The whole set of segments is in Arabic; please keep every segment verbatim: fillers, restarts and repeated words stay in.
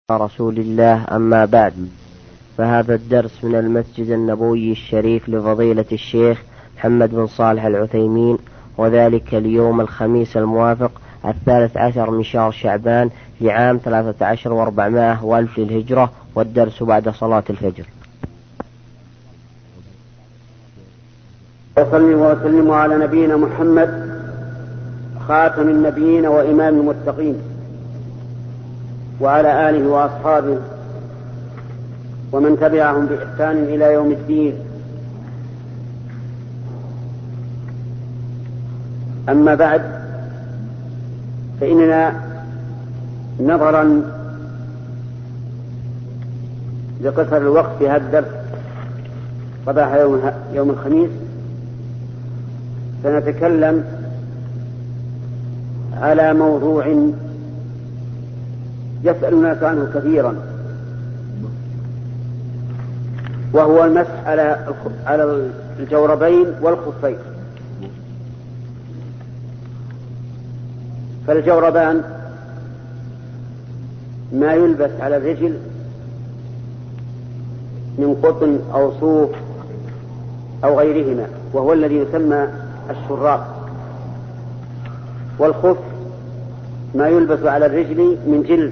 رسول الله. أما بعد، فهذا الدرس من المسجد النبوي الشريف لفضيلة الشيخ محمد بن صالح العثيمين، وذلك اليوم الخميس الموافق الثالث عشر من شهر شعبان لعام ثلاثة عشر وأربعمائة وألف للهجرة، والدرس بعد صلاة الفجر. وصلي وسلم على نبينا محمد خاتم النبيين وإمام المتقين، وعلى آله وأصحابه ومن تبعهم بإحسان إلى يوم الدين. أما بعد، فإننا نظرا لقصر الوقت في هذا الدرس صباح يوم, يوم الخميس سنتكلم على موضوع يسأل الناس عنه كثيرا، وهو المسح على على الجوربين والخفين. فالجوربان ما يلبس على الرجل من قطن أو صوف أو غيرهما، وهو الذي يسمى الشراب. والخف ما يلبس على الرجل من جلد،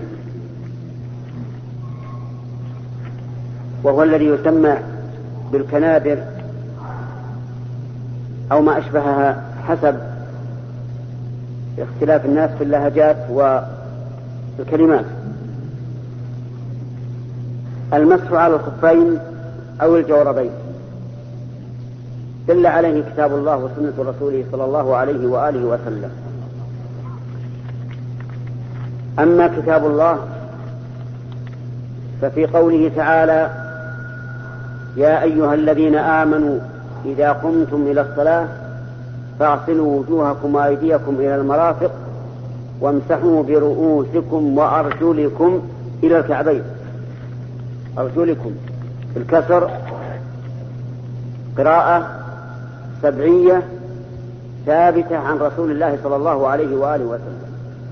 وهو الذي يسمى بالكنابر أو ما أشبهها حسب اختلاف الناس في اللهجات والكلمات. المسح على الخفين أو الجوربين دل عليه كتاب الله وسنة رسوله صلى الله عليه وآله وسلم. أما كتاب الله ففي قوله تعالى: يا أيها الذين آمنوا إذا قمتم إلى الصلاة فاغسلوا وجوهكم وأيديكم إلى المرافق وامسحوا برؤوسكم وأرجلكم إلى الكعبين. أرجلكم بالكسر قراءة سبعية ثابتة عن رسول الله صلى الله عليه وآله وسلم،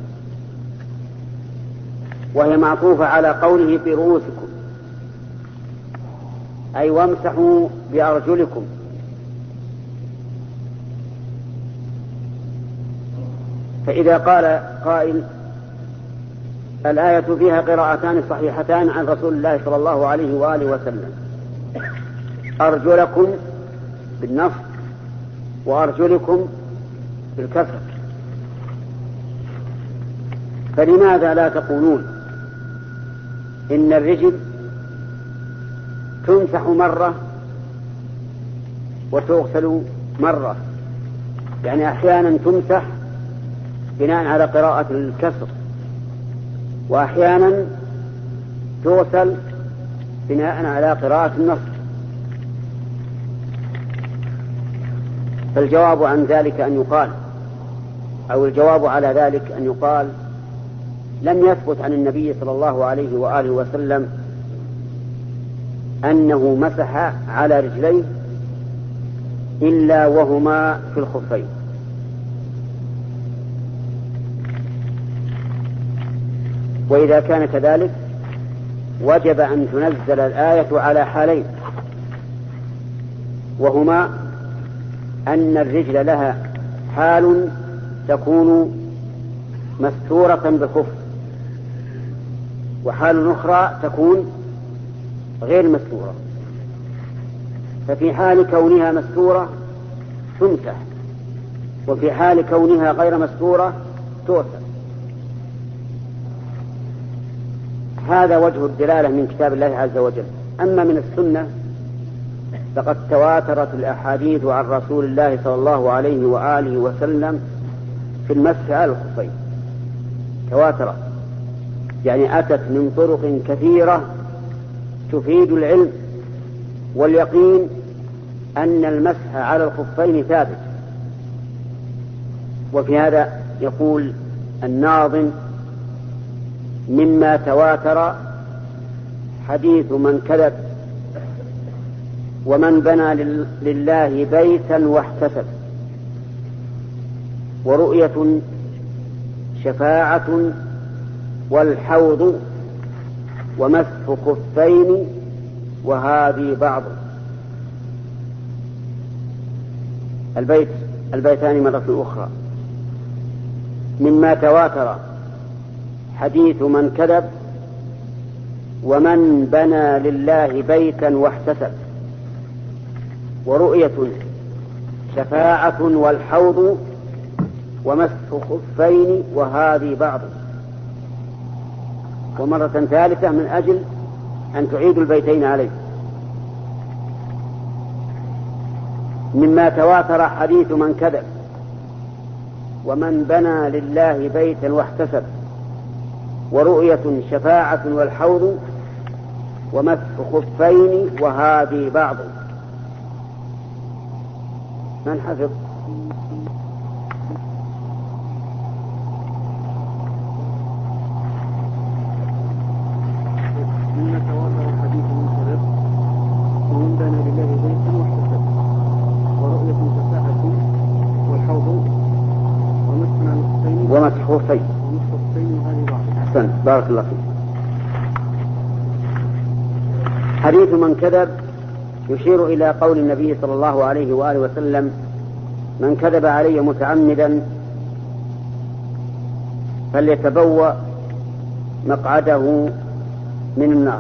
وهي معطوفة على قوله برؤوسكم، أي وامسحوا بأرجلكم. فإذا قال قائل الآية فيها قراءتان صحيحتان عن رسول الله صلى الله عليه وآله وسلم: أرجلكم بالنصب وأرجلكم بالكسر، فلماذا لا تقولون إن الرجل تمسح مرة وتغسل مرة؟ يعني أحيانا تمسح بناء على قراءة الكسر، وأحيانا تغسل بناء على قراءة النصب. فالجواب عن ذلك أن يقال، أو الجواب على ذلك أن يقال: لم يثبت عن النبي صلى الله عليه وآله وسلم أنه مسح على رجليه إلا وهما في الخفين. وإذا كان كذلك وجب أن تنزل الآية على حالين، وهما أن الرجل لها حال تكون مستورة بالخف، وحال أخرى تكون غير مستورة. ففي حال كونها مستورة تمسح، وفي حال كونها غير مستورة تغسل. هذا وجه الدلالة من كتاب الله عز وجل. أما من السنة فقد تواترت الأحاديث عن رسول الله صلى الله عليه وآله وسلم في المسح على الخفين، تواترت، يعني أتت من طرق كثيرة تفيد العلم واليقين أن المسح على الخفين ثابت. وفي هذا يقول الناظم: مما تواتر حديث من كذب ومن بنى لله بيتا واحتسب، ورؤية شفاعة والحوض ومسح خفين وهذه بعض. البيت البيتان مرة أخرى: مما تواتر حديث من كذب ومن بنى لله بيتا واحتسب، ورؤية شفاعة والحوض، ومسح خفين وهذه بعض. ومرة ثالثة من أجل أن تعيد البيتين عليه: مما تواتر حديث من كذب ومن بنى لله بيتا واحتسب، ورؤية شفاعة والحوض، ومسح خفين وهذه بعض. من حفظ؟ مما تواتر حديث من كذب ومن بنى لله بيتا واحتسب، ورؤية شفاعة والحوض، ومسح خفين وهذه بعض. أحسن، بارك الله فيك. حديث من كذب يشير إلى قول النبي صلى الله عليه وآله وسلم: من كذب علي متعمدا فليتبوأ مقعده من النار.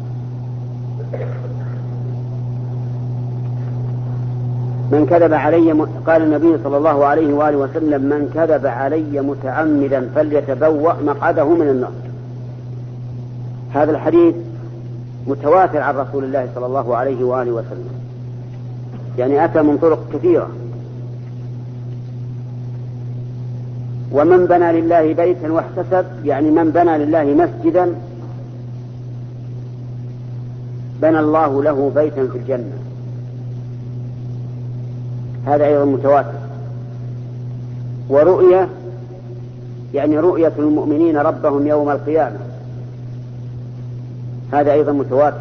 من كذب علي م... قال النبي صلى الله عليه وآله وسلم: من كذب علي متعمدا فليتبوأ مقعده من النار. هذا الحديث متواتر عن رسول الله صلى الله عليه وآله وسلم، يعني أتى من طرق كثيرة. ومن بنى لله بيتا واحتسب، يعني من بنى لله مسجدا بنى الله له بيتا في الجنة. هذا أيضا متواتر. ورؤية، يعني رؤية المؤمنين ربهم يوم القيامة، هذا أيضا متواتر،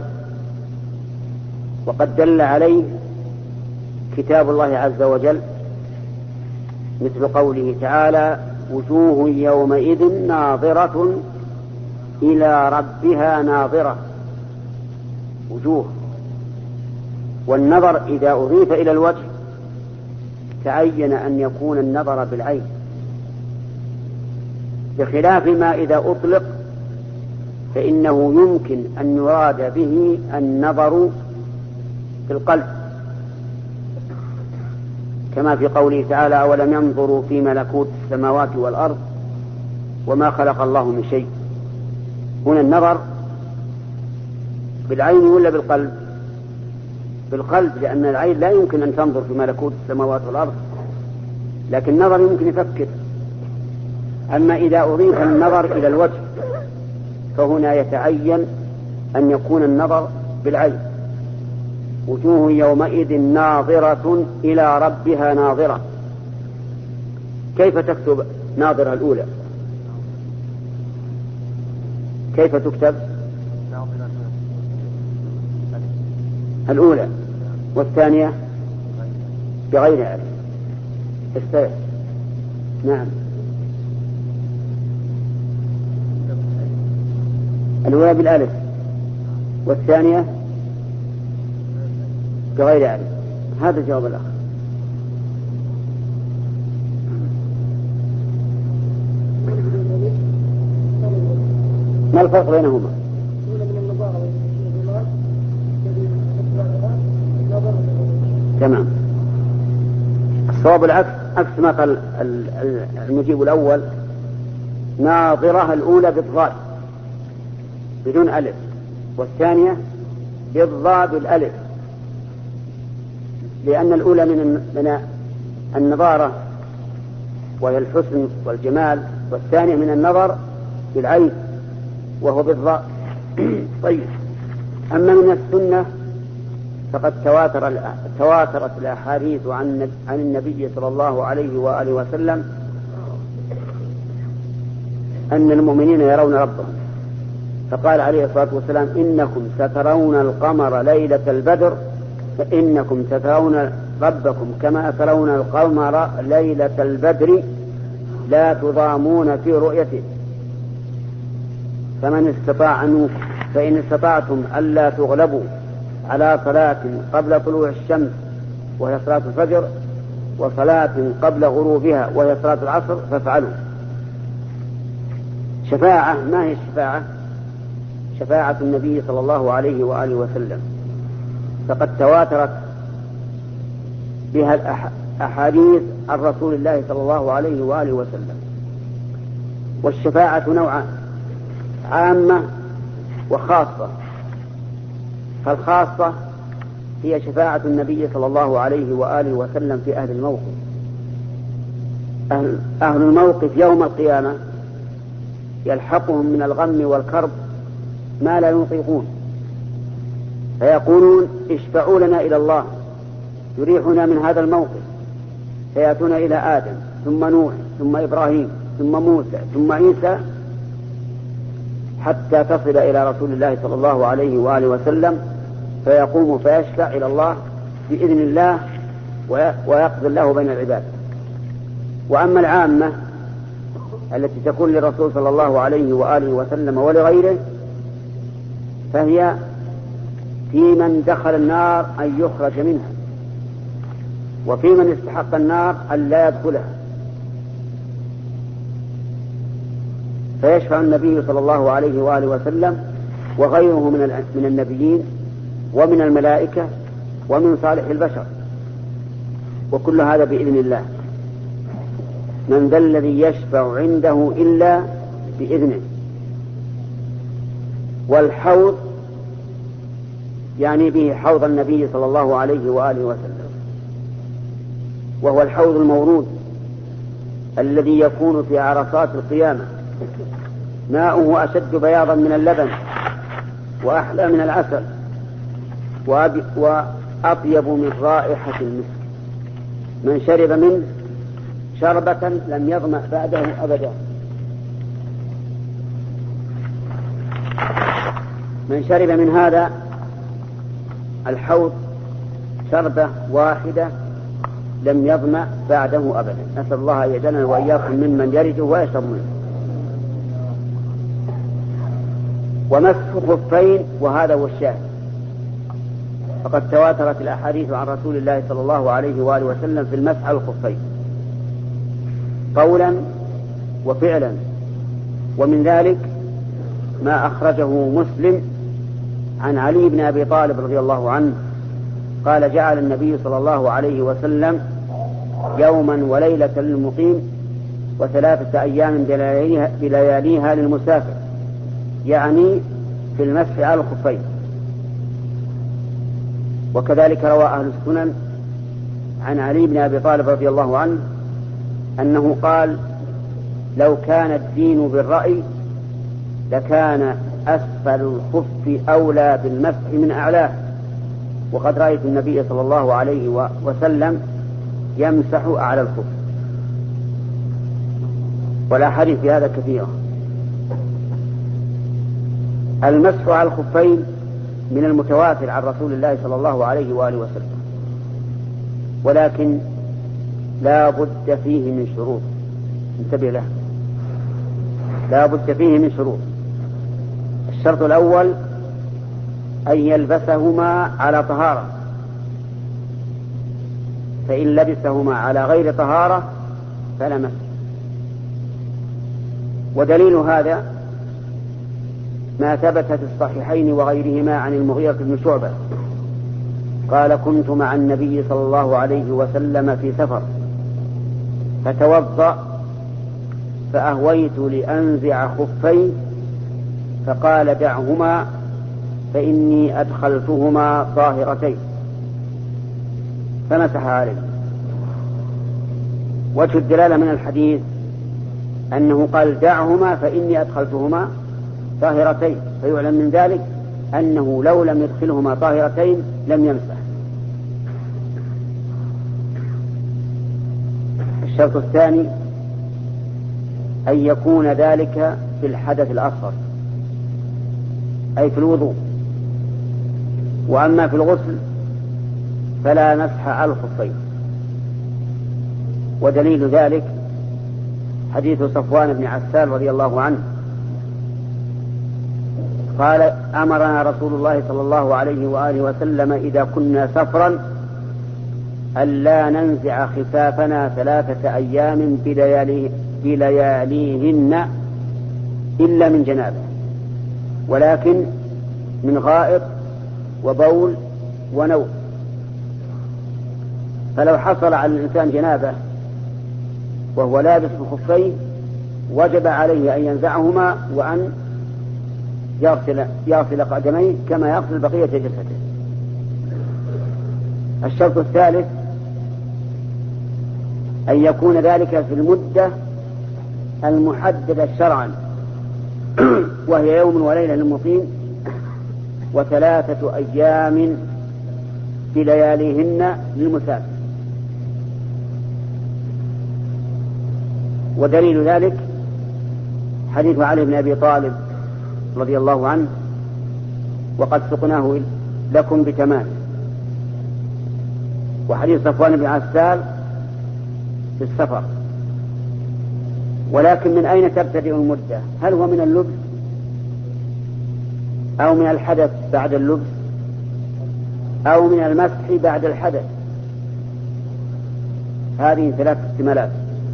وقد دل عليه كتاب الله عز وجل، مثل قوله تعالى: وجوه يومئذ ناظرة إلى ربها ناظرة. وجوه، والنظر إذا أضيف إلى الوجه تعين أن يكون النظر بالعين، بخلاف ما إذا أطلق فإنه يمكن أن يراد به النظر في القلب، كما في قوله تعالى: أولم ينظروا في ملكوت السماوات والأرض وما خلق الله من شيء. هنا النظر بالعين ولا بالقلب؟ بالقلب، لأن العين لا يمكن أن تنظر في ملكوت السماوات والأرض، لكن النظر يمكن يفكر. أما إذا أضيف النظر إلى الوجه فهنا يتعين أن يكون النظر بالعين. وجوه يومئذ ناظرة إلى ربها ناظرة. كيف تكتب ناظرة الأولى؟ كيف تكتب الأولى؟ والثانية بغير ألف. استيقظ. نعم، الأولى بالألف والثانية بغير ألف. هذا جواب الأخ. ما الفرق بينهما؟ تمام. الصواب العكس، عكس ما قال المجيب الأول. ناظرة الأولى بالضاد بدون ألف، والثانية بالضاد بالألف، لأن الأولى من من النظارة وهي الحسن والجمال، والثانية من النظر بالعين وهو بالضاد. طيب، أما من السنة فقد تواتر تواترت الأحاديث عن عن النبي صلى الله عليه وآله وسلم أن المؤمنين يرون ربهم، فقال عليه الصلاة والسلام: إنكم سترون القمر ليلة البدر، فإنكم سترون ربكم كما ترون القمر ليلة البدر لا تضامون في رؤيته، فمن استطاع منكم فإن استطعتم ألا تغلبوا على صلاة قبل طلوع الشمس وهي صلاة الفجر وصلاة قبل غروبها وهي صلاة العصر فافعلوا. شفاعة، ما هي الشفاعة؟ شفاعة النبي صلى الله عليه وآله وسلم، فقد تواترت بها الأحاديث عن رسول الله صلى الله عليه وآله وسلم. والشفاعة نوعان، عامة وخاصة. فالخاصة هي شفاعة النبي صلى الله عليه وآله وسلم في أهل الموقف. أهل, أهل الموقف يوم القيامة يلحقهم من الغم والكرب ما لا يطيقون، فيقولون اشفعوا لنا إلى الله يريحنا من هذا الموقف، فيأتون إلى آدم ثم نوح ثم إبراهيم ثم موسى ثم عيسى حتى تصل إلى رسول الله صلى الله عليه وآله وسلم، فيقوم فيشفع إلى الله بإذن الله ويقضي الله بين العباد. وأما العامة التي تكون للرسول صلى الله عليه وآله وسلم ولغيره فهي في من دخل النار أن يخرج منها، وفي من استحق النار أن لا يدخلها، فيشفع النبي صلى الله عليه وآله وسلم وغيره من النبيين ومن الملائكة ومن صالح البشر، وكل هذا بإذن الله. من ذا الذي يشفع عنده إلا بإذنه. والحوض يعني به حوض النبي صلى الله عليه وآله وسلم، وهو الحوض المورود الذي يكون في عرصات القيامة، ماؤه أشد بياضا من اللبن وأحلى من العسل وأطيب من رائحة المسك، من شرب منه شربة لم يظمأ بعده أبدا. من شرب من هذا الحوض شربة واحدة لم يظمأ بعده أبدا. نسأل الله أن يجعلنا وإياكم ممن يرده ويشرب منه. ومسح خفين، وهذا هو الشاهد، فقد تواترت الأحاديث عن رسول الله صلى الله عليه وآله وسلم في المسح على الخفين قولا وفعلا. ومن ذلك ما أخرجه مسلم عن علي بن أبي طالب رضي الله عنه قال: جعل النبي صلى الله عليه وسلم يوما وليلة للمقيم وثلاثة أيام بلياليها للمسافر، يعني في المسح على الخفين. وكذلك روى أهل السنن عن علي بن أبي طالب رضي الله عنه أنه قال: لو كان الدين بالرأي لكان أسفل الخف أولى بالمسح من أعلاه، وقد رأيت النبي صلى الله عليه وسلم يمسح أعلى الخف. والأحاديث في هذا كثيرة. المسح على الخفين من المتواتر عن رسول الله صلى الله عليه وآله وسلم، ولكن لا بد فيه من شروط، انتبه له، لا بد فيه من شروط. الشرط الأول أن يلبسهما على طهارة، فإن لبسهما على غير طهارة فلا مسح. ودليل هذا ما ثبت في الصحيحين وغيرهما عن المغيرة بن شعبة قال: كنت مع النبي صلى الله عليه وسلم في سفر فتوضأ فأهويت لأنزع خفي فقال: دعهما فإني أدخلتهما طاهرتين، فمسح عليه. وجه الدلالة من الحديث أنه قال: دعهما فإني أدخلتهما طاهرتين، فيعلم من ذلك أنه لو لم يدخلهما طاهرتين لم يمسح. الشرط الثاني أن يكون ذلك في الحدث الأصغر أي في الوضوء. وأما في الغسل فلا مسح على الخفين. ودليل ذلك حديث صفوان بن عسال رضي الله عنه قال أمرنا رسول الله صلى الله عليه وآله وسلم إذا كنا سفرا ألا ننزع خفافنا ثلاثة أيام بليالي بلياليهن إلا من جنابه، ولكن من غائط وبول ونوم. فلو حصل على الإنسان جنابه وهو لابس بخفيه وجب عليه أن ينزعهما وأن يغسل, يغسل قدميه كما يغسل بقية جسده. الشرط الثالث أن يكون ذلك في المدة المحددة شرعا، وهي يوم وليلة للمقيم وثلاثة أيام بلياليهن للمسافر. ودليل ذلك حديث علي بن أبي طالب رضي الله عنه: وقد سقناه لكم بتمام. وحديث صفوان بن عسال في السفر. ولكن من أين تبتدئ المدة؟ هل هو من اللبس أو من الحدث بعد اللبس أو من المسح بعد الحدث؟ هذه ثلاث احتمالات.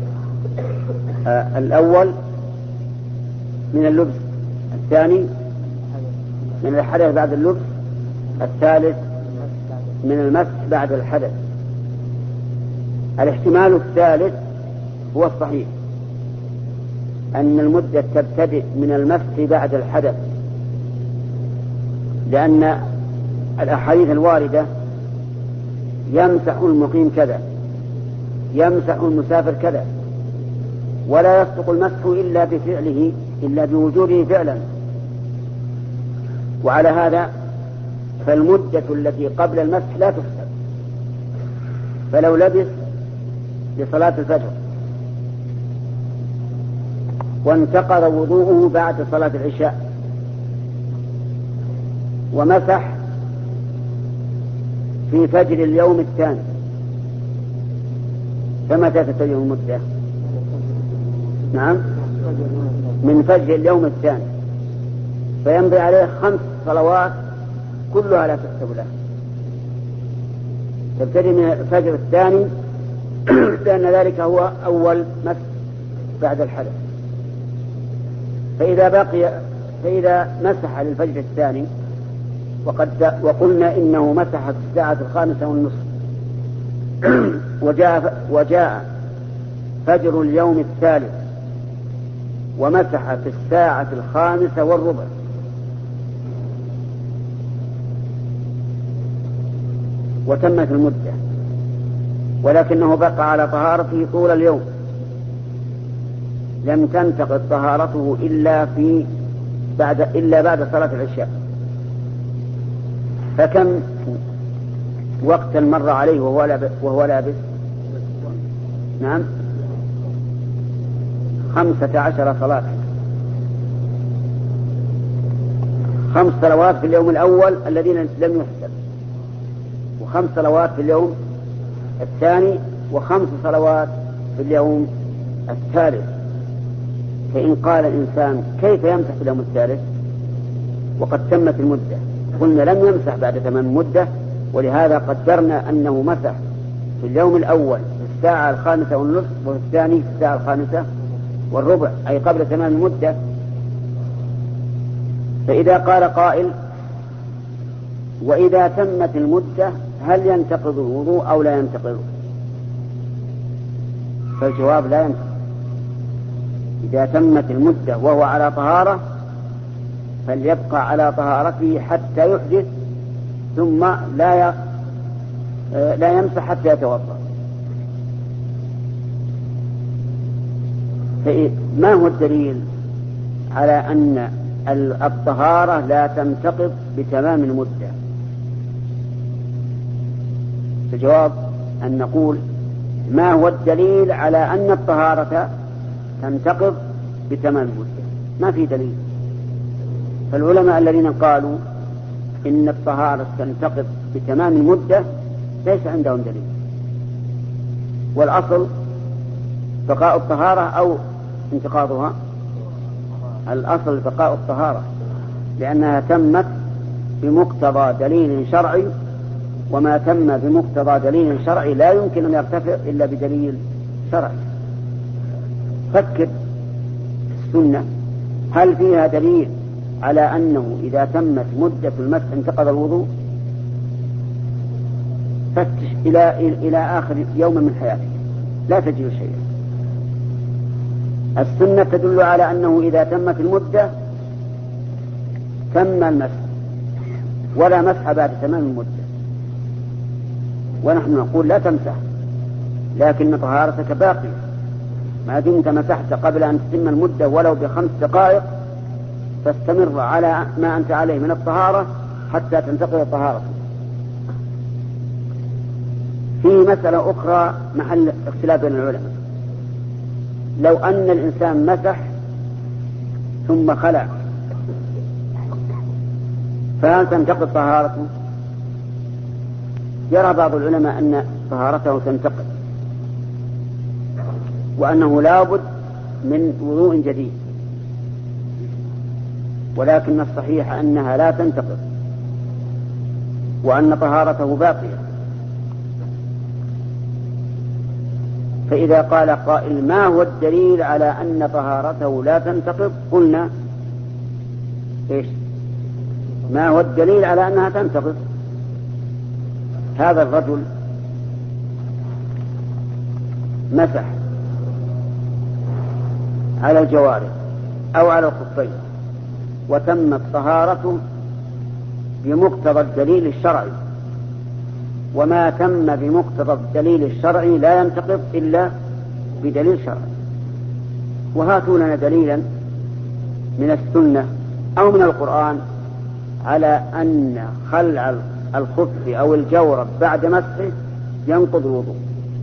آه الأول من اللبس، الثاني من الحدث بعد اللبس، الثالث من المسح بعد الحدث. الاحتمال الثالث هو الصحيح، أن المدة تبتدئ من المسح بعد الحدث، لأن الأحاديث الواردة يمسح المقيم كذا، يمسح المسافر كذا، ولا يصدق المسح إلا بفعله، إلا بوجوده فعلا. وعلى هذا فالمدة التي قبل المسح لا تحسب. فلو لبس لصلاة الفجر وانتقض وضوءه بعد صلاة العشاء ومسح في فجر اليوم الثاني، فمتى تبتدئ المدة؟ نعم، من فجر اليوم الثاني، فيمضي عليه خمس صلوات كلها لا تحسب له. تبتدئ من الفجر الثاني لأن ذلك هو أول مسح بعد الحدث. فإذا بقي فإذا مسح للفجر الثاني وقد وقلنا إنه مسح في الساعة الخامسة والنصف وجاء وجاء فجر اليوم الثالث ومسح في الساعة الخامسة والربع، وتمت المدة، ولكنه بقى على طهارته طول اليوم، لم تنتقض طهارته إلا في بعد إلا بعد صلاة العشاء. فكم وقتا مر عليه وهو لابس, وهو لابس؟ نعم، خمسة عشر صلاة، خمس صلوات في اليوم الأول الذين لم يحسب، وخمس صلوات في اليوم الثاني، وخمس صلوات في اليوم الثالث. فإن قال الإنسان كيف يمسح في اليوم الثالث وقد تمت المدة؟ قلنا لم يمسح بعد تمام المدة، ولهذا قدرنا أنه مسح في اليوم الأول في الساعة الخامسة والنصف، وفي الثاني في الساعة الخامسة والربع، أي قبل تمام المدة. فإذا قال قائل وإذا تمت المدة هل ينتقض الوضوء أو لا ينتقض؟ فالجواب لا ينتقض. إذا تمت المدة وهو على طهارة فليبقى على طهارته حتى يحدث، ثم لا لا يمسح حتى يتوضأ. ما هو الدليل على أن الطهارة لا تنتقض بتمام المدة؟ الجواب أن نقول ما هو الدليل على أن الطهارة تنتقض بتمام المدة؟ ما في دليل. فالعلماء الذين قالوا إن الطهارة تنتقض بتمام المدة ليس عندهم دليل، والأصل بقاء الطهارة أو انتقاضها. الأصل بقاء الطهارة، لأنها تمت بمقتضى دليل شرعي، وما تم بمقتضى دليل شرعي لا يمكن أن يرتفع إلا بدليل شرعي. فكر السنة هل فيها دليل على أنه إذا تمت مدة المسح انتقض الوضوء؟ فتش إلى إلى آخر يوم من حياتك لا تجد شيئا. السنة تدل على أنه إذا تمت المدة تم المسح ولا مسح بعد تمام المدة، ونحن نقول لا تمسح، لكن طهارتك باقية ما دمت مسحت قبل أن تتم المدة ولو بخمس دقائق، فاستمر على ما أنت عليه من الطهارة حتى تنتقل طهارتك. في مسألة أخرى محل اختلاف بين العلماء، لو أن الإنسان مسح ثم خلع فهل تنتقل طهارته؟ يرى بعض العلماء أن طهارته تنتقل وأنه لابد من وضوء جديد، ولكن الصحيح أنها لا تنتقل وأن طهارته باقية. فإذا قال قائل ما هو الدليل على أن طهارته لا تنتقض؟ قلنا إيش؟ ما هو الدليل على أنها تنتقض؟ هذا الرجل مسح على الجوارح أو على الخفين وتمت طهارته بمقتضى الدليل الشرعي، وما تم بمقتضى الدليل الشرعي لا ينتقض إلا بدليل شرعي. وهاتوا لنا دليلا من السنة أو من القرآن على أن خلع الخف أو الجورب بعد مسحه ينقض الوضوء.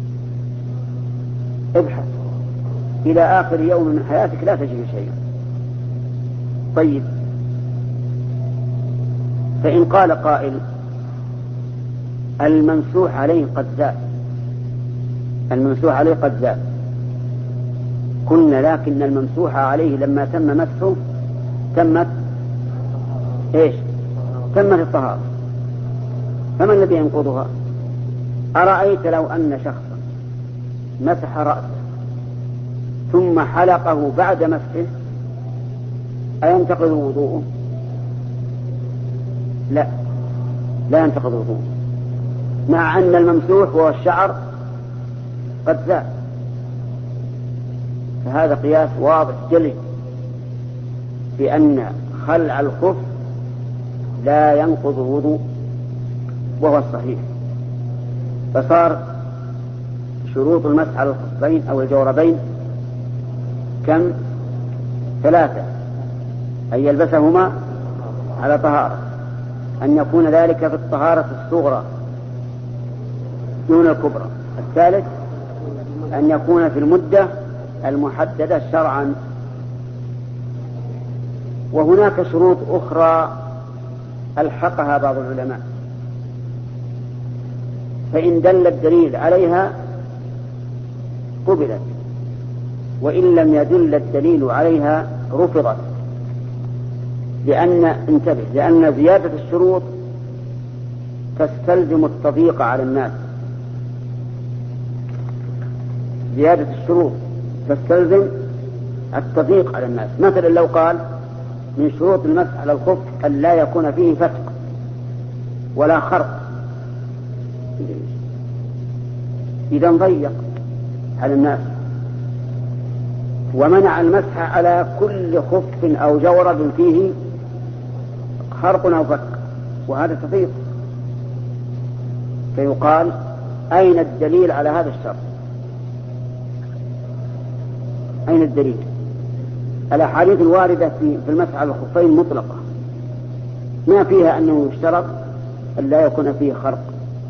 ابحث إلى آخر يوم من حياتك لا تجد شيئا. طيب، فإن قال قائل الممسوح عليه قد زال، الممسوح عليه قد زال، قلنا لكن الممسوح عليه لما تم مسحه تمت ايش؟ تمت الطهارة، فما الذي ينقضها؟ أرأيت لو أن شخصا مسح رأسه ثم حلقه بعد مسحه أينتقض وضوءه؟ لا، لا ينتقض وضوءه، مع أن الممسوح وهو الشعر قد زال. فهذا قياس واضح جلي بأن خلع الخف لا ينقض الوضوء، وهو الصحيح. فصار شروط المسح على الخفين أو الجوربين كم؟ ثلاثة: أن يلبسهما على طهارة، أن يكون ذلك في الطهارة الصغرى دون الكبرى، الثالث أن يكون في المدة المحددة شرعا. وهناك شروط أخرى ألحقها بعض العلماء، فإن دل الدليل عليها قبلت، وإن لم يدل الدليل عليها رفضت، لأن انتبه لأن زيادة الشروط تستلزم التضييق على الناس. زيادة الشروط تستلزم التضييق على الناس. مثلا لو قال من شروط المسح على الخف أن لا يكون فيه فتق ولا خرق، إذا ضيق على الناس ومنع المسح على كل خف أو جورب فيه خرق أو فتق، وهذا تضييق. فيقال أين الدليل على هذا الشرط؟ أين الدليل؟ الأحاديث الواردة في المسح على الخفين مطلقة، ما فيها أنه يشترط أن لا يكون فيه خرق.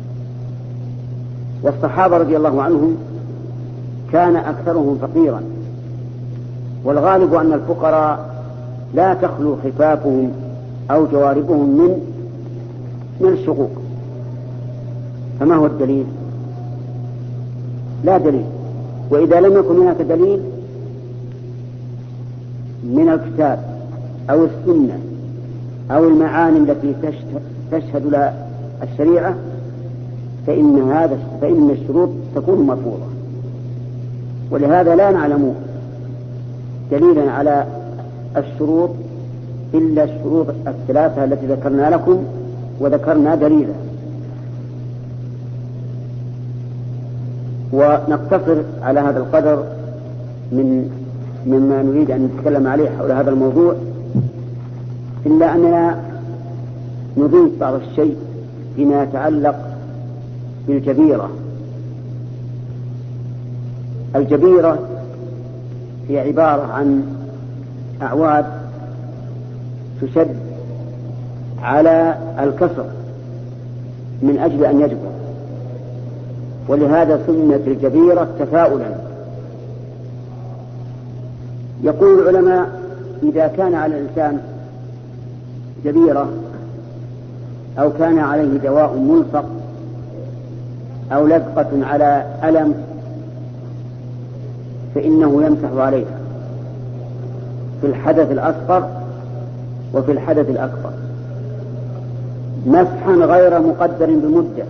والصحابة رضي الله عنهم كان أكثرهم فقيرا، والغالب أن الفقراء لا تخلو خفافهم أو جواربهم من من الشقوق. فما هو الدليل؟ لا دليل. وإذا لم يكن هناك دليل من الكتاب أو السنة أو المعاني التي تشهد لها الشريعة فإن هذا فإن الشروط تكون مرفوضة. ولهذا لا نعلم دليلا على الشروط إلا الشروط الثلاثة التي ذكرنا لكم وذكرنا دليلا. ونقتصر على هذا القدر من مما نريد أن نتكلم عليه حول هذا الموضوع، إلا أننا نضيف بعض الشيء فيما يتعلق بالجبيرة. الجبيرة هي عبارة عن أعواد تشد على الكسر من أجل أن يجبر، ولهذا سميت الجبيرة تفاؤلا. يقول العلماء إذا كان على الإنسان جبيرة أو كان عليه دواء ملصق أو لزقة على ألم فإنه يمسح عليها في الحدث الأصغر وفي الحدث الأكبر مسحا غير مقدر بمدة،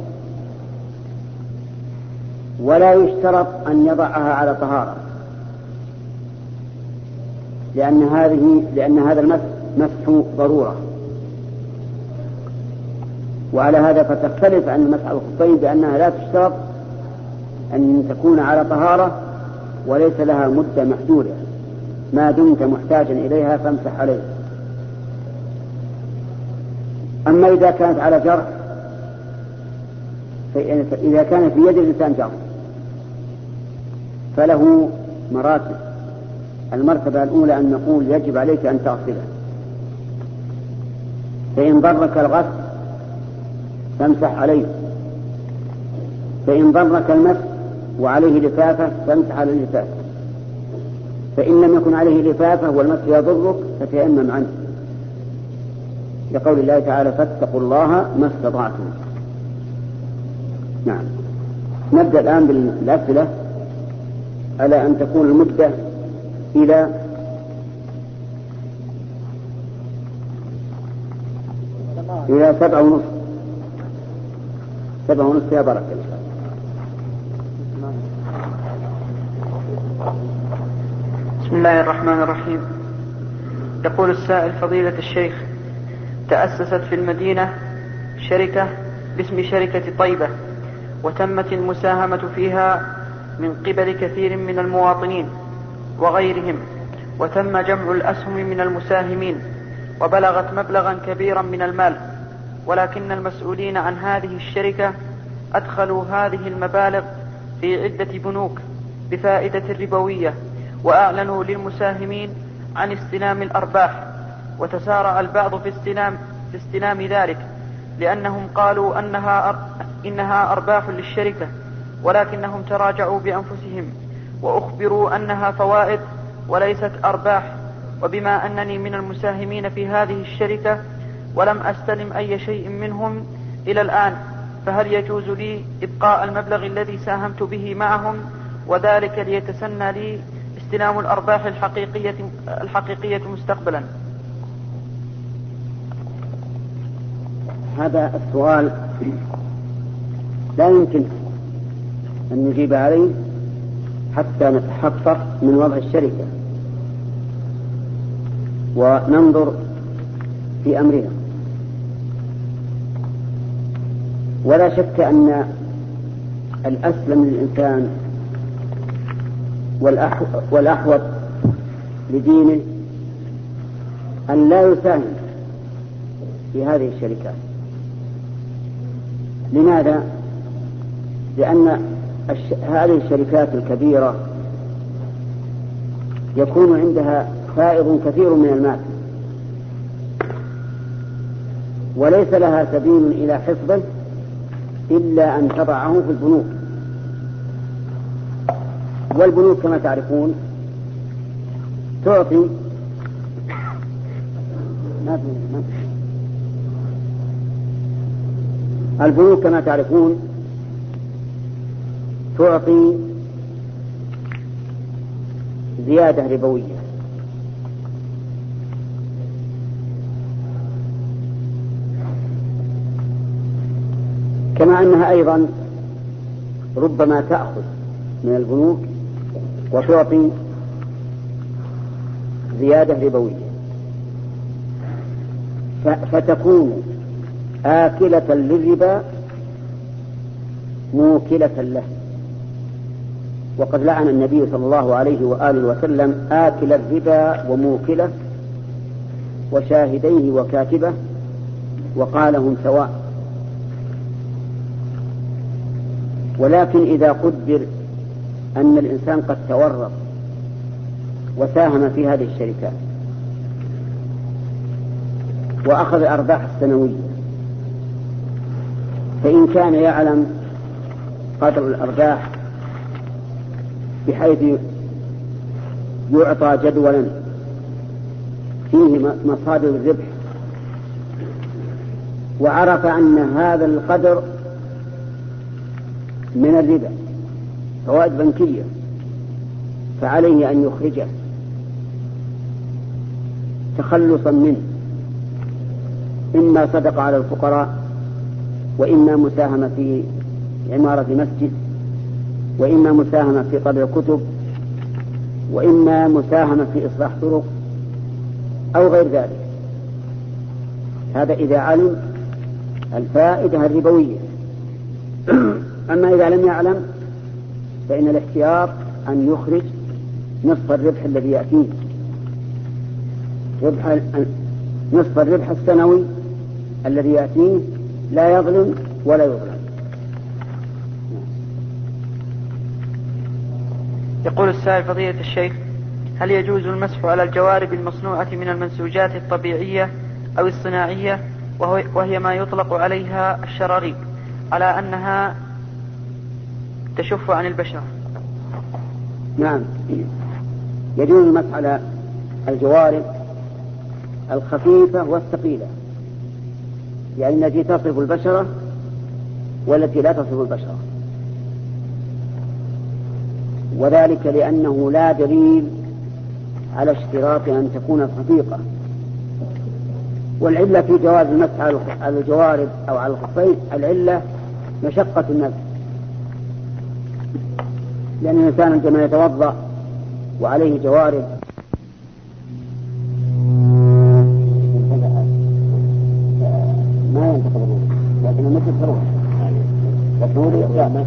ولا يشترط أن يضعها على طهارة، لأن هذه لأن هذا المسح مسح ضرورة. وعلى هذا فتختلف عن مسح الخفين بأنها لا تشترط أن تكون على طهارة وليس لها مدة محدودة، ما دمت محتاجا إليها فامسح عليه. أما إذا كانت على جرح فإذا كان في يد الإنسان جرح فله مراتب. المرتبة الأولى أن نقول يجب عليك أن تغسله، فإن ضرك الغسل فامسح عليه، فإن ضرك المسح وعليه لفافة فامسح على اللفافة، فإن لم يكن عليه لفافة والمسح يضرك فتيمم عنه، لقول الله تعالى فاتقوا الله ما استطعتم. نعم. نبدأ الآن بالأسئلة على أن تكون المدة إلى إلى سبعة ونصف سبعة ونصف يا بركة. بسم الله الرحمن الرحيم. يقول السائل فضيلة الشيخ: تأسست في المدينة شركة باسم شركة طيبة، وتمت المساهمة فيها من قبل كثير من المواطنين وغيرهم، وتم جمع الأسهم من المساهمين وبلغت مبلغا كبيرا من المال، ولكن المسؤولين عن هذه الشركة أدخلوا هذه المبالغ في عدة بنوك بفائدة ربوية، وأعلنوا للمساهمين عن استلام الأرباح، وتسارع البعض في استلام, في استلام ذلك لأنهم قالوا أنها, أر... إنها أرباح للشركة، ولكنهم تراجعوا بأنفسهم وأخبروا أنها فوائد وليست أرباح. وبما أنني من المساهمين في هذه الشركة ولم أستلم أي شيء منهم إلى الآن، فهل يجوز لي إبقاء المبلغ الذي ساهمت به معهم، وذلك ليتسنى لي استلام الأرباح الحقيقية, الحقيقية مستقبلا؟ هذا السؤال لا يمكن أن نجيب عليه حتى نتحقق من وضع الشركة وننظر في أمرها. ولا شك أن الأسلم للإنسان والأحوط لدينه أن لا يساهم في هذه الشركات. لماذا؟ لأن الش... هذه الشركات الكبيرة يكون عندها فائض كثير من المال، وليس لها سبيل إلى حفظه إلا أن تضعه في البنوك. والبنوك كما تعرفون تعطي ما في ما في. البنوك كما تعرفون تعطي زيادة ربوية، كما أنها أيضا ربما تأخذ من البنوك وتعطي زيادة ربوية، فتكون آكلة للربا موكلة له. وقد لعن النبي صلى الله عليه وآله وسلم آكل الربا وموكله وشاهديه وكاتبه، وقال هم سواء. ولكن إذا قدر أن الإنسان قد تورط وساهم في هذه الشركات وأخذ الأرباح السنوية، فإن كان يعلم قدر الأرباح بحيث يعطى جدولا فيه مصادر الربح، وعرف أن هذا القدر من الربا فوائد بنكية، فعليه أن يخرجه تخلصا منه، إما صدق على الفقراء، وإما مساهمة في عمارة مسجد، وإما مساهمة في طبع كتب، وإما مساهمة في إصلاح طرق أو غير ذلك. هذا إذا علم الفائدة الربوية. أما إذا لم يعلم فإن الاحتياط أن يخرج نصف الربح الذي يأتيه، ربح نصف الربح السنوي الذي يأتيه، لا يظلم ولا يظلم. يقول السائل فضيلة الشيخ: هل يجوز المسح على الجوارب المصنوعة من المنسوجات الطبيعية أو الصناعية، وهي ما يطلق عليها الشراريب، على أنها تشف عن البشرة؟ نعم، يجوز المسح على الجوارب الخفيفة والثقيلة، يعني التي تصف البشرة والتي لا تصف البشرة، وذلك لأنه لا دليل على اشتراط أن تكون خفيفة. والعلة في جواز المسح على الجوارب أو على الخفين العلة مشقة المسح، لأن الإنسان عندما يتوضأ وعليه جوارب ما ينتقض الوضوء، لكن المسح ضروري، لكن هو يقطع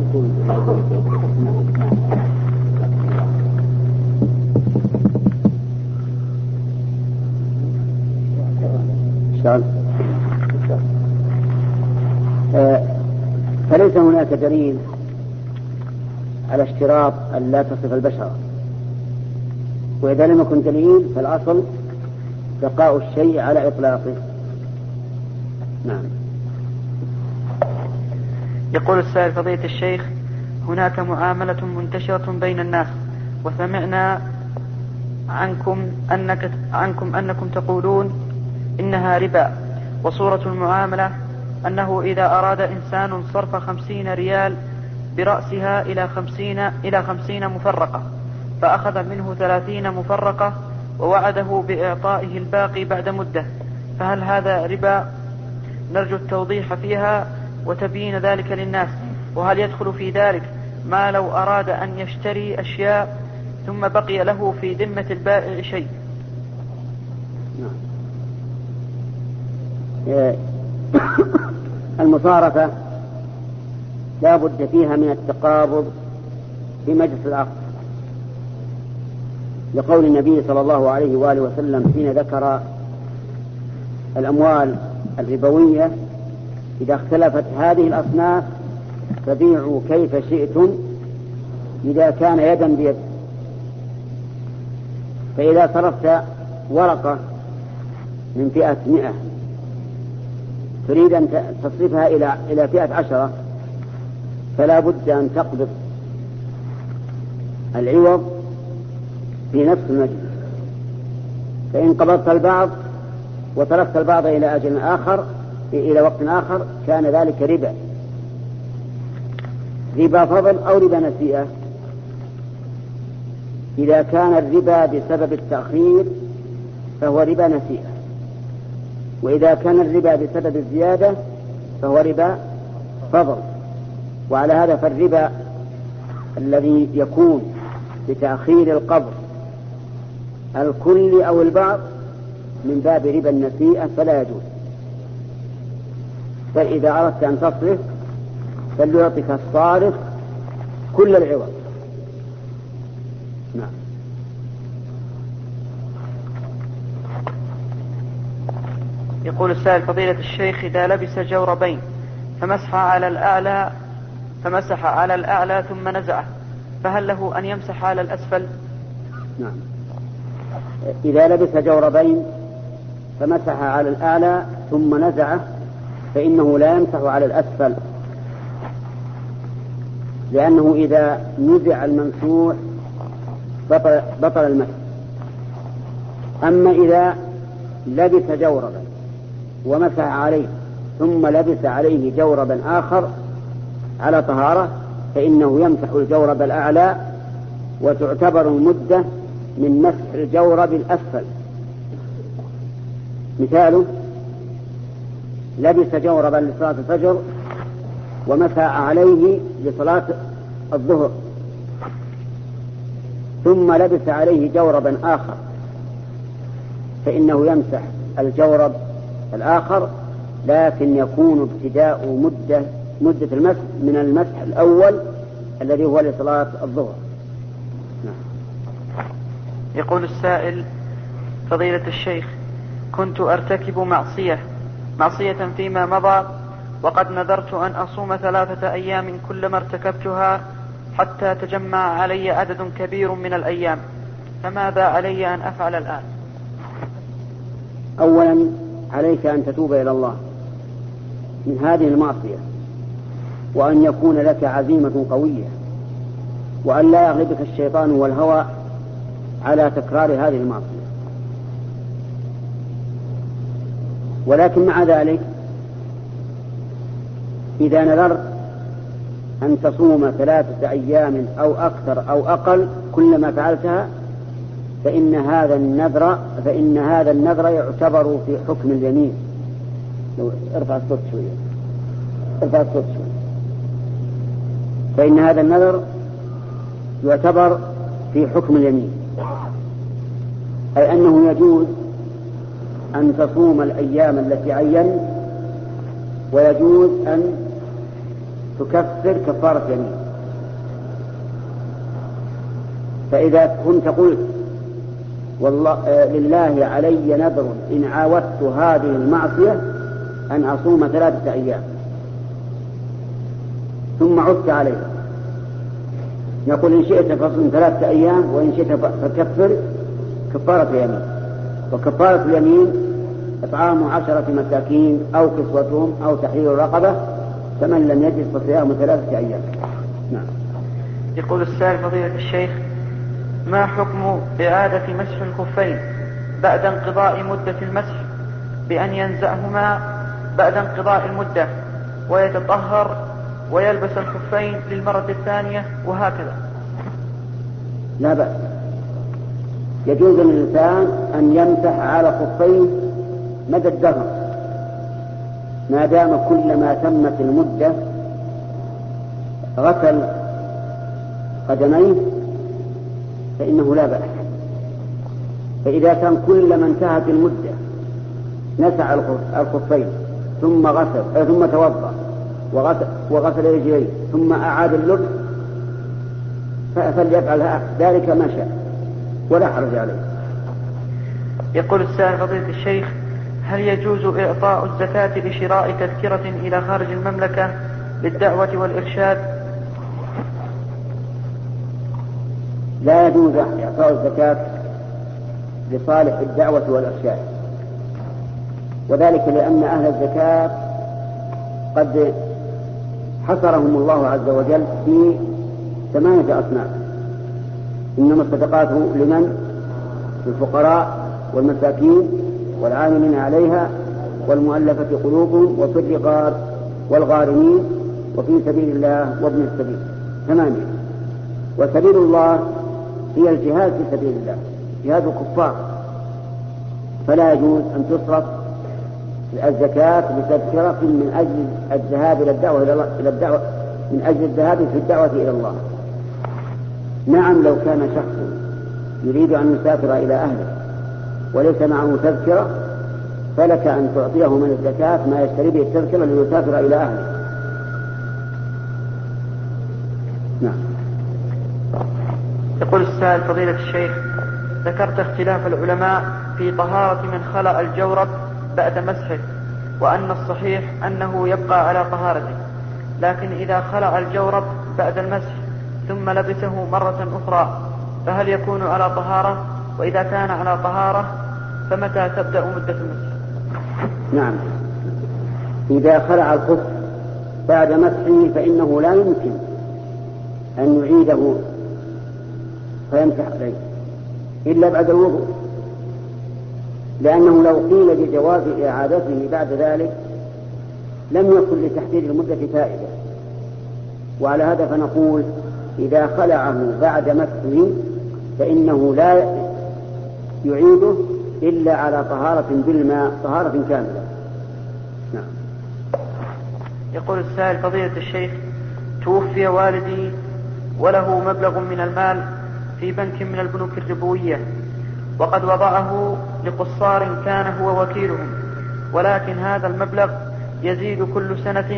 فليس هناك دليل على اشتراط أن لا تصف البشرة، وإذا لم يكن دليل فالأصل بقاء الشيء على إطلاقه. نعم. يقول السائل فضيلة الشيخ: هناك معاملة منتشرة بين الناس، وسمعنا عنكم أنك عنكم أنكم تقولون إنها ربا، وصورة المعاملة أنه إذا أراد إنسان صرف خمسين ريال برأسها إلى خمسين إلى خمسين مفرقة، فأخذ منه ثلاثين مفرقة ووعده بإعطائه الباقي بعد مدة، فهل هذا ربا؟ نرجو التوضيح فيها وتبيين ذلك للناس. وهل يدخل في ذلك ما لو أراد أن يشتري أشياء ثم بقي له في ذمة البائع شيء؟ المصارفة لا بد فيها من التقابض في مجلس العقد، لقول النبي صلى الله عليه وآله وسلم حين ذكر الأموال الربوية: إذا اختلفت هذه الأصناف فبيعوا كيف شئتم إذا كان يدا بيد. فإذا صرفت ورقة من فئة مئة تريد أن تصرفها إلى إلى فئة عشرة، فلا بد أن تقبض العوض في نفس المجلس، فإن قبضت البعض وتركت البعض إلى أجل آخر إلى وقت آخر كان ذلك ربا، ربا فضل أو ربا نسيئة. إذا كان الربا بسبب التأخير فهو ربا نسيئة، وإذا كان الربا بسبب الزيادة فهو ربا فضل. وعلى هذا فالربا الذي يكون بتأخير القبض الكل أو البعض من باب ربا النسيئة فلا يجوز. فإذا أردت أن تصرف فليعطك الصارف كل العوض. نعم. يقول السائل فضيلة الشيخ إذا لبس جوربين فمسح على الأعلى فمسح على الأعلى ثم نزعه فهل له أن يمسح على الأسفل؟ نعم. إذا لبس جوربين فمسح على الأعلى ثم نزعه فإنه لا يمسح على الأسفل، لأنه إذا نزع الممسوح بطل, بطل المسح. أما إذا لبس جوربا ومسح عليه ثم لبس عليه جوربا آخر على طهارة فإنه يمسح الجورب الأعلى وتعتبر المدة من مسح الجورب الأسفل. مثاله لبس جوربا لصلاة الفجر ومسح عليه لصلاة الظهر ثم لبس عليه جوربا آخر فإنه يمسح الجورب الآخر، لكن يكون ابتداء مدة مدة المسح من المسح الأول الذي هو لصلاة الظهر. نعم. يقول السائل فضيلة الشيخ كنت أرتكب معصية معصية فيما مضى وقد نذرت أن أصوم ثلاثة أيام كلما ارتكبتها حتى تجمع علي عدد كبير من الأيام، فماذا علي أن أفعل الآن؟ أولا عليك أن تتوب إلى الله من هذه المعصية، وأن يكون لك عزيمة قوية، وأن لا يغلبك الشيطان والهوى على تكرار هذه المعصية. ولكن مع ذلك إذا نذرت أن تصوم ثلاثة أيام أو أكثر أو أقل كلما فعلتها فإن هذا النذر فإن هذا النذر يعتبر في حكم اليمين. لو ارفع الصوت شوية ارفع الصوت شوية فإن هذا النذر يعتبر في حكم اليمين، أي أنه يجوز أن تصوم الأيام التي عين، ويجوز أن تكفر كفارة يمين. فإذا كنت قلت والله لله علي نذر إن عاودت هذه المعصية أن أصوم ثلاثة أيام ثم عدت عليها، نقول إن شئت فصوم ثلاثة أيام وإن شئت فكفر كفارة يمين. وكفارة اليمين إطعام عشرة مساكين أو كسوتهم أو تحرير رقبة، فمن لم يجد فصيام ثلاثة أيام. نعم. يقول السائل فضيلة الشيخ ما حكم إعادة مسح الخفين بعد انقضاء مدة المسح بأن ينزعهما بعد انقضاء المدة ويتطهر ويلبس الخفين للمرة الثانية وهكذا؟ لا بأس، يجوز للإنسان أن يمسح على خفين مدى الدهر ما دام كلما تمت المدة غسل قدميه فإنه لا بأس. فإذا كان كلما انتهت المدة نسع الخفين ثم غسل ثم توضأ وغسل, وغسل رجليه ثم أعاد اللبس فليفعل ذلك ما شاء ولا حرج عليه. يقول السائل فضيلة الشيخ هل يجوز إعطاء الزكاة لشراء تذكرة إلى خارج المملكة للدعوة والإرشاد؟ لا يجوز إعطاء الزكاة لصالح الدعوة والإرشاد، وذلك لأن أهل الزكاة قد حصرهم الله عز وجل في ثمانية أصناف. إنما الصدقات لمن؟ للفقراء والمساكين والعاملين عليها والمؤلفة قلوبهم وفي الرقاب والغارمين وفي سبيل الله وابن السبيل، ثمانية. وسبيل الله هي الجهاد في سبيل الله، جهاد الكفار، فلا يجوز أن تصرف الزكاة بتذكرة من أجل الذهاب إلى الدعوة إلى الدعوة من أجل الذهاب في الدعوة إلى الله. نعم، لو كان شخص يريد أن يسافر إلى أهله وليس معه تذكرة فلك أن تعطيه من الزكاة ما يشتري به التذكرة ليسافر إلى أهله. نعم. يقول السائل فضيلة الشيخ: ذكرت اختلاف العلماء في طهارة من خلع الجورب بعد مسحه، وأن الصحيح أنه يبقى على طهارته، لكن إذا خلع الجورب بعد المسح ثم لبسه مرة أخرى فهل يكون على طهارة؟ وإذا كان على طهارة فمتى تبدأ مدة المسح؟ نعم، إذا خلع الخف بعد مسحه فإنه لا يمكن أن يعيده فيمسح عليه إلا بعد الوضوء، لأنه لو قيل بجواز إعادته بعد ذلك لم يكن لتحديد المدة فائدة. وعلى هذا فنقول إذا خلعه بعد مسحه فإنه لا يعيده إلا على طهارة بالماء، طهارة كاملة. نعم. يقول السائل فضيلة الشيخ: توفي والدي وله مبلغ من المال في بنك من البنوك الربوية، وقد وضعه لقصار كان هو وكيلهم، ولكن هذا المبلغ يزيد كل سنة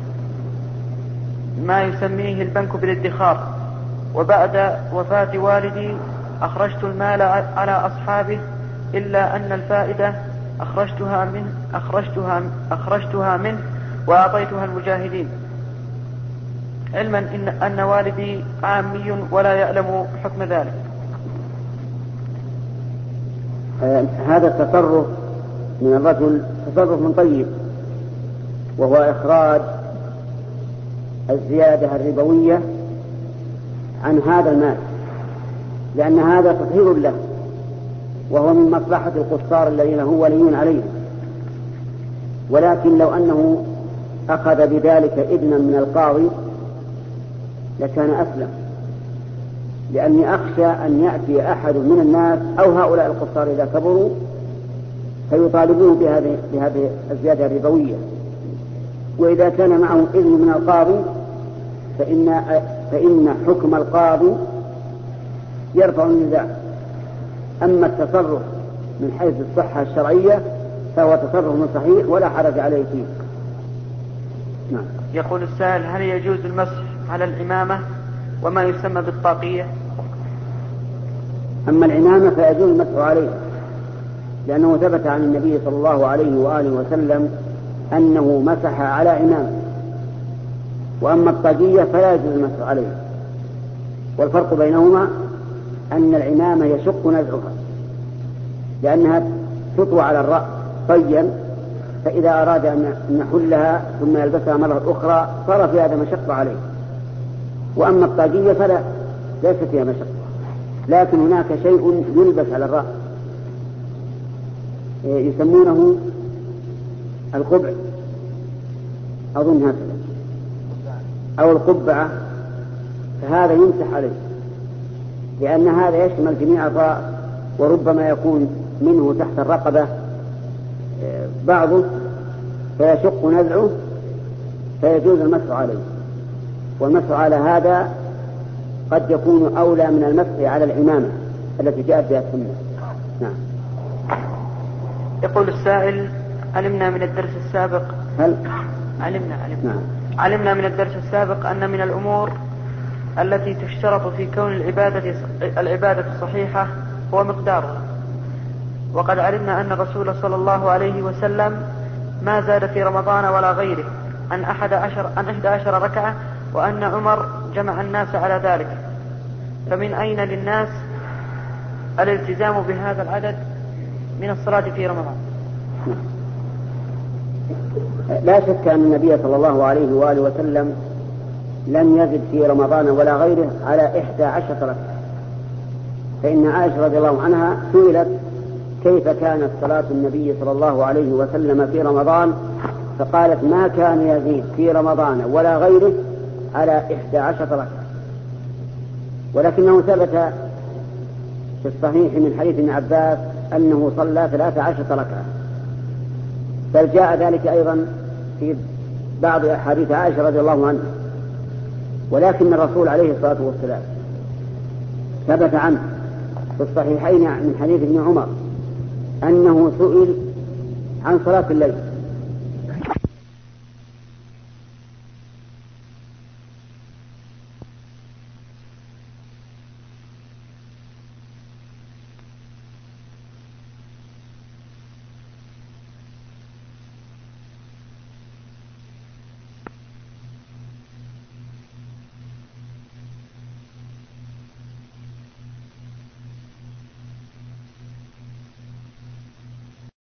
ما يسميه البنك بالادخار، وبعد وفاة والدي أخرجت المال على أصحابه إلا أن الفائدة أخرجتها منه, أخرجتها, أخرجتها منه وأعطيتها المجاهدين، علما إن, أن والدي عامي ولا يعلم حكم ذلك. آه هذا التصرف من الرجل تصرف من طيب، وهو إخراج الزيادة الربوية عن هذا المال، لأن هذا تطهير له وهو من مصلحة القصار الذين هو ولي عليهم. ولكن لو أنه أخذ بذلك إذنا من القاضي لكان أسلم، لأني أخشى أن يأتي أحد من الناس أو هؤلاء القصار إذا كبروا فيطالبون بهذه, بهذه الزيادة الربوية، وإذا كان معه إذن من القاضي فإن, فإن حكم القاضي يرفع النزاع. أما التصرف من حيث الصحة الشرعية فهو تصرف صحيح ولا حرج عليه فيه. نعم. يقول السائل: هل يجوز المسح على العمامة وما يسمى بالطاقية؟ أما العمامة فيجوز المسح عليها، لأنه ثبت عن النبي صلى الله عليه وآله وسلم أنه مسح على عمامة. وأما الطاقية فلا يجوز المسح عليها، والفرق بينهما أن العمامة يشق نزعها لأنها تطوى على الرأس طيا، فإذا أراد أن يحلها ثم يلبسها مرة أخرى صار في هذا مشقة عليه. وأما الطاقية فلا ليس فيها مشقة، لكن هناك شيء يلبس على الرأس يسمونه القبع أظن هكذا أو القبعة، فهذا يمسح عليه لأن هذا يشمل جميع الرأس، وربما يكون منه تحت الرقبة بعضه فيشق نزعه فيجوز المسح عليه. والمسح على هذا قد يكون أولى من المسح على العمامة التي جاءت بها السنة. نعم. يقول السائل: علمنا من الدرس السابق هل علمنا علمنا, نعم. علمنا من الدرس السابق أن من الأمور التي تشترط في كون العبادة العبادة الصحيحة هو مقدارها، وقد علمنا أن الرسول صلى الله عليه وسلم ما زاد في رمضان ولا غيره عن أحد عشر عن إحدى عشر ركعة، وأن عمر جمع الناس على ذلك، فمن أين للناس الالتزام بهذا العدد من الصلاة في رمضان؟ لا شك أن النبي صلى الله عليه وآله وسلم لم يزد في رمضان ولا غيره على إحدى عشر ركعة، فإن عائشة رضي الله عنها سئلت كيف كانت صلاة النبي صلى الله عليه وسلم في رمضان، فقالت ما كان يزيد في رمضان ولا غيره على إحدى عشر ركعة. ولكنه ثبت في الصحيح من حديث ابن عباس أنه صلى ثلاث عشرة ركعة، بل جاء ذلك أيضا في بعض أحاديث عائشة رضي الله عنها. ولكن الرسول عليه الصلاة والسلام ثبت عنه في الصحيحين من حديث ابن عمر أنه سئل عن صلاة الليل